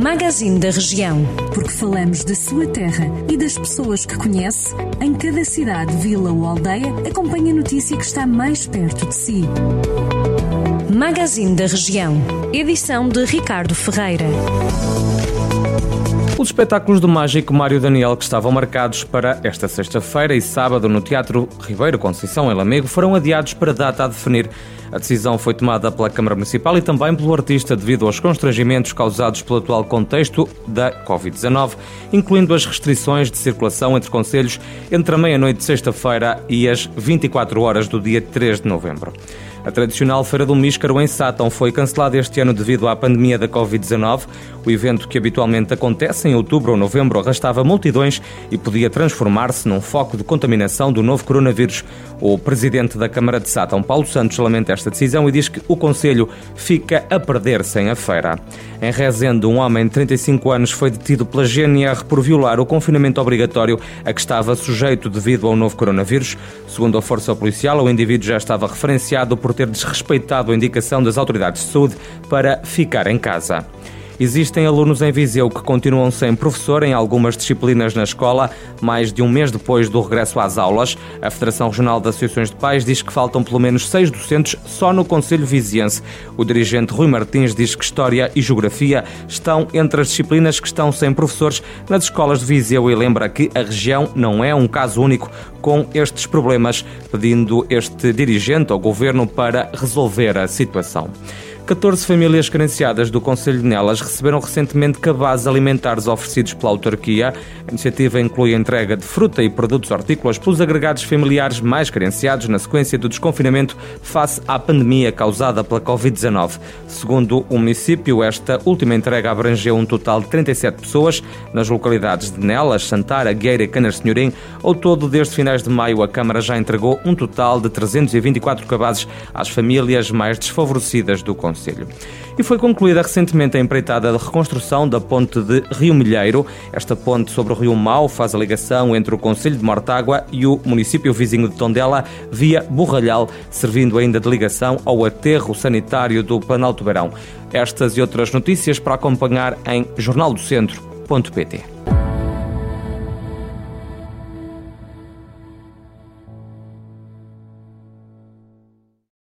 Magazine da Região. Porque falamos da sua terra e das pessoas que conhece, em cada cidade, vila ou aldeia, acompanhe a notícia que está mais perto de si. Magazine da Região. Edição de Ricardo Ferreira. Os espetáculos do mágico Mário Daniel, que estavam marcados para esta sexta-feira e sábado no Teatro Ribeiro Conceição, em Lamego, foram adiados para data a definir. A decisão foi tomada pela Câmara Municipal e também pelo artista devido aos constrangimentos causados pelo atual contexto da Covid-19, incluindo as restrições de circulação entre concelhos entre a meia-noite de sexta-feira e as 24 horas do dia 3 de novembro. A tradicional Feira do Míscaro em Sátão foi cancelada este ano devido à pandemia da Covid-19. O evento, que habitualmente acontece em outubro ou novembro, arrastava multidões e podia transformar-se num foco de contaminação do novo coronavírus. O presidente da Câmara de Sátão, Paulo Santos, lamenta esta decisão e diz que o concelho fica a perder sem a feira. Em Rezende, um homem de 35 anos foi detido pela GNR por violar o confinamento obrigatório a que estava sujeito devido ao novo coronavírus. Segundo a Força Policial, o indivíduo já estava referenciado por ter desrespeitado a indicação das autoridades de saúde para ficar em casa. Existem alunos em Viseu que continuam sem professor em algumas disciplinas na escola, mais de um mês depois do regresso às aulas. A Federação Regional de Associações de Pais diz que faltam pelo menos 6 docentes só no concelho viziense. O dirigente Rui Martins diz que História e Geografia estão entre as disciplinas que estão sem professores nas escolas de Viseu e lembra que a região não é um caso único com estes problemas, pedindo este dirigente ao governo para resolver a situação. 14 famílias carenciadas do concelho de Nelas receberam recentemente cabazes alimentares oferecidos pela autarquia. A iniciativa inclui a entrega de fruta e produtos hortícolas pelos agregados familiares mais carenciados na sequência do desconfinamento face à pandemia causada pela Covid-19. Segundo o município, esta última entrega abrangeu um total de 37 pessoas nas localidades de Nelas, Santara, Gueira e Canas Senhorim. Ao todo, desde finais de maio, a Câmara já entregou um total de 324 cabazes às famílias mais desfavorecidas do concelho. E foi concluída recentemente a empreitada de reconstrução da ponte de Rio Milheiro. Esta ponte sobre o Rio Mau faz a ligação entre o concelho de Mortágua e o município vizinho de Tondela via Borralhal, servindo ainda de ligação ao aterro sanitário do Planalto Beirão. Estas e outras notícias para acompanhar em jornaldocentro.pt.